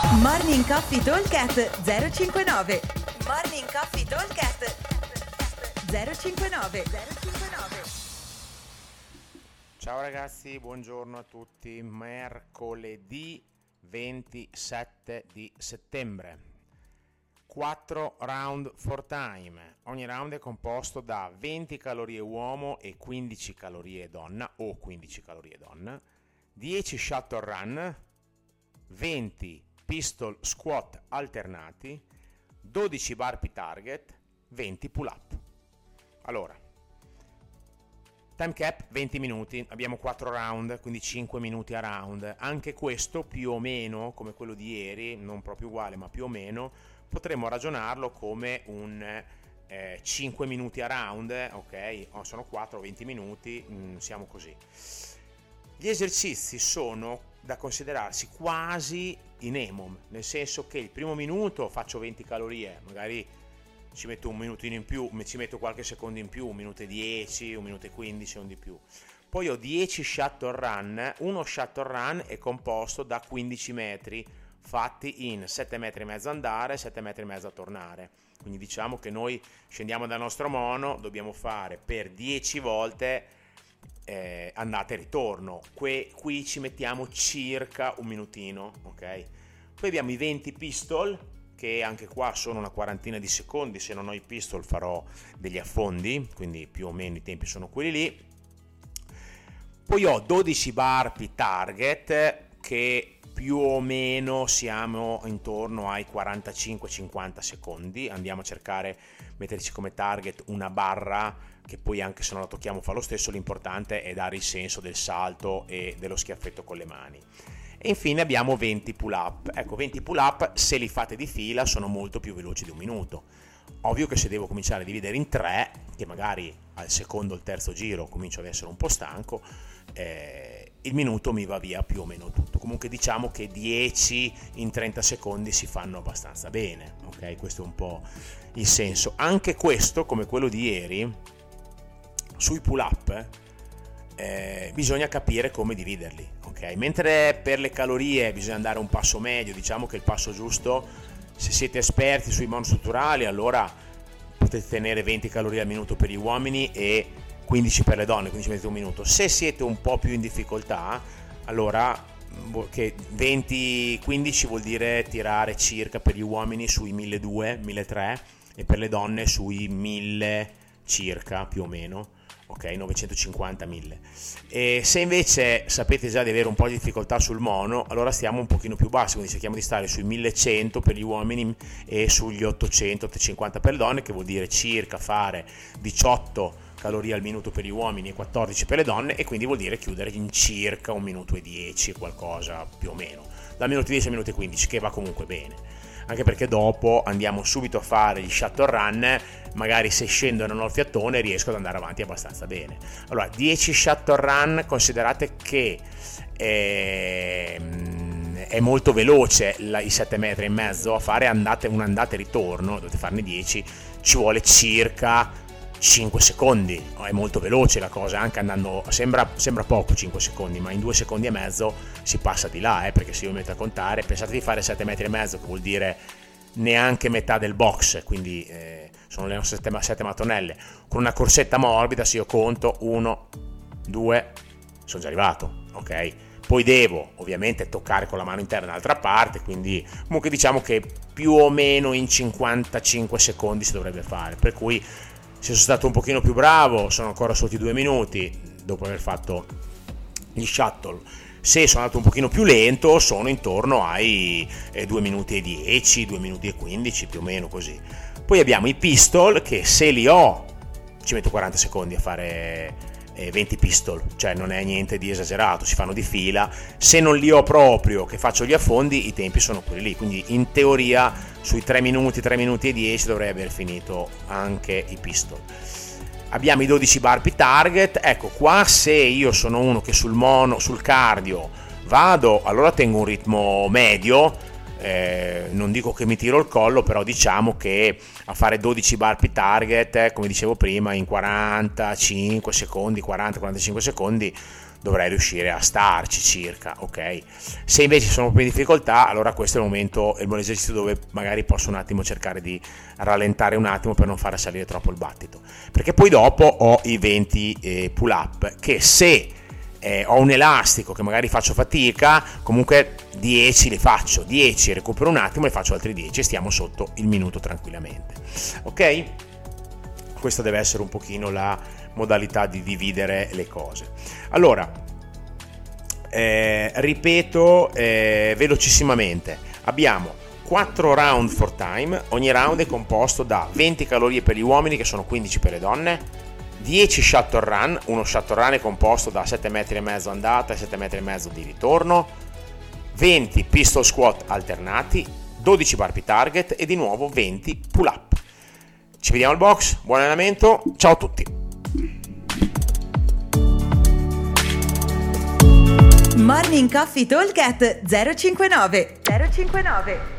Morning Coffee Talkcast 059. Morning Coffee Talkcast 059. Ciao ragazzi, buongiorno a tutti. Mercoledì 27 di settembre. 4 round for time. Ogni round è composto da 20 calorie uomo e 15 calorie donna o 15 calorie donna, 10 shuttle run, 20 pistol squat alternati, 12 burpee target, 20 pull up. Allora, time cap 20 minuti, abbiamo 4 round, quindi 5 minuti a round. Anche questo più o meno, come quello di ieri, non proprio uguale ma più o meno, potremmo ragionarlo come un 5 minuti a round, ok? Sono 4-20 minuti, siamo così. Gli esercizi sono da considerarsi quasi in EMOM, nel senso che il primo minuto faccio 20 calorie, magari ci metto un minutino in più, ci metto qualche secondo in più, 1 minuto e 10, 1 minuto e 15 o di più. Poi ho 10 shuttle run, uno shuttle run è composto da 15 metri fatti in 7 metri e mezzo andare, 7 metri e mezzo a tornare. Quindi diciamo che noi scendiamo dal nostro mono, dobbiamo fare per 10 volte andata e ritorno. Qui ci mettiamo circa un minutino, ok? Poi abbiamo i 20 pistol, che anche qua sono una quarantina di secondi. Se non ho i pistol farò degli affondi, quindi più o meno i tempi sono quelli lì. Poi ho 12 burpee target, che più o meno siamo intorno ai 45-50 secondi. Andiamo a cercare, metterci come target una barra che poi anche se non la tocchiamo fa lo stesso, l'importante è dare il senso del salto e dello schiaffetto con le mani. E infine abbiamo 20 pull up. Ecco, 20 pull up se li fate di fila sono molto più veloci di un minuto. Ovvio che se devo cominciare a dividere in 3, che magari al secondo o il terzo giro comincio ad essere un po' stanco, il minuto mi va via più o meno tutto. Comunque diciamo che 10 in 30 secondi si fanno abbastanza bene, ok? Questo è un po' il senso. Anche questo, come quello di ieri, sui pull up bisogna capire come dividerli, ok? Mentre per le calorie bisogna andare un passo medio, diciamo che il passo giusto, se siete esperti sui monostrutturali, allora potete tenere 20 calorie al minuto per gli uomini e 15 per le donne, quindi ci mettete un minuto. Se siete un po' più in difficoltà, allora che 20-15 vuol dire tirare circa per gli uomini sui 1200-1300 e per le donne sui 1000 circa, più o meno, ok, 950-1000. E se invece sapete già di avere un po' di difficoltà sul mono, allora stiamo un pochino più bassi, quindi cerchiamo di stare sui 1100 per gli uomini e sugli 800-850 per le donne, che vuol dire circa fare 18 calorie al minuto per gli uomini e 14 per le donne, e quindi vuol dire chiudere in circa 1 minuto e 10, qualcosa più o meno, da minuto 10 a minuto e 15, che va comunque bene. Anche perché dopo andiamo subito a fare gli shuttle run, magari se scendo e non ho il fiatone riesco ad andare avanti abbastanza bene. Allora, 10 shuttle run, considerate che è molto veloce i 7 metri e mezzo, a fare un'andata e ritorno, dovete farne 10, ci vuole circa 5 secondi, è molto veloce la cosa, anche andando, sembra poco 5 secondi, ma in 2 secondi e mezzo si passa di là, perché se io mi metto a contare, pensate di fare 7 metri e mezzo, che vuol dire neanche metà del box, quindi sono le nostre 7 mattonelle, con una corsetta morbida, se io conto 1, 2, sono già arrivato, ok? Poi devo ovviamente toccare con la mano interna dall'altra parte, quindi comunque diciamo che più o meno in 55 secondi si dovrebbe fare, per cui se sono stato un pochino più bravo sono ancora sotto i 2 minuti dopo aver fatto gli shuttle. Se sono andato un pochino più lento sono intorno ai 2 minuti e 10, 2 minuti e 15, più o meno così. Poi abbiamo i pistol, che se li ho ci metto 40 secondi a fare 20 pistol, cioè non è niente di esagerato, si fanno di fila. Se non li ho proprio, che faccio gli affondi, i tempi sono quelli lì, quindi in teoria sui 3 minuti e 10 dovrei aver finito anche i pistol. Abbiamo i 12 burpee target. Ecco qua, se io sono uno che sul cardio vado, allora tengo un ritmo medio, non dico che mi tiro il collo, però diciamo che a fare 12 burpee target, come dicevo prima, in 45 secondi, 40-45 secondi dovrei riuscire a starci circa, ok? Se invece sono più in difficoltà, allora questo è il momento, è il buon esercizio dove magari posso un attimo cercare di rallentare un attimo per non fare salire troppo il battito, perché poi dopo ho i 20 pull up che se ho un elastico che magari faccio fatica, comunque 10 li faccio, 10 recupero un attimo e faccio altri 10 e stiamo sotto il minuto tranquillamente, ok? Questa deve essere un pochino la modalità di dividere le cose. Allora, ripeto velocissimamente, abbiamo 4 round for time, ogni round è composto da 20 calorie per gli uomini, che sono 15 per le donne, 10 shuttle run, uno shuttle run è composto da 7,5 metri andata e 7,5 metri di ritorno, 20 pistol squat alternati, 12 burpee target e di nuovo 20 pull up. Ci vediamo al box, buon allenamento, ciao a tutti. Morning Coffee Talk at 059.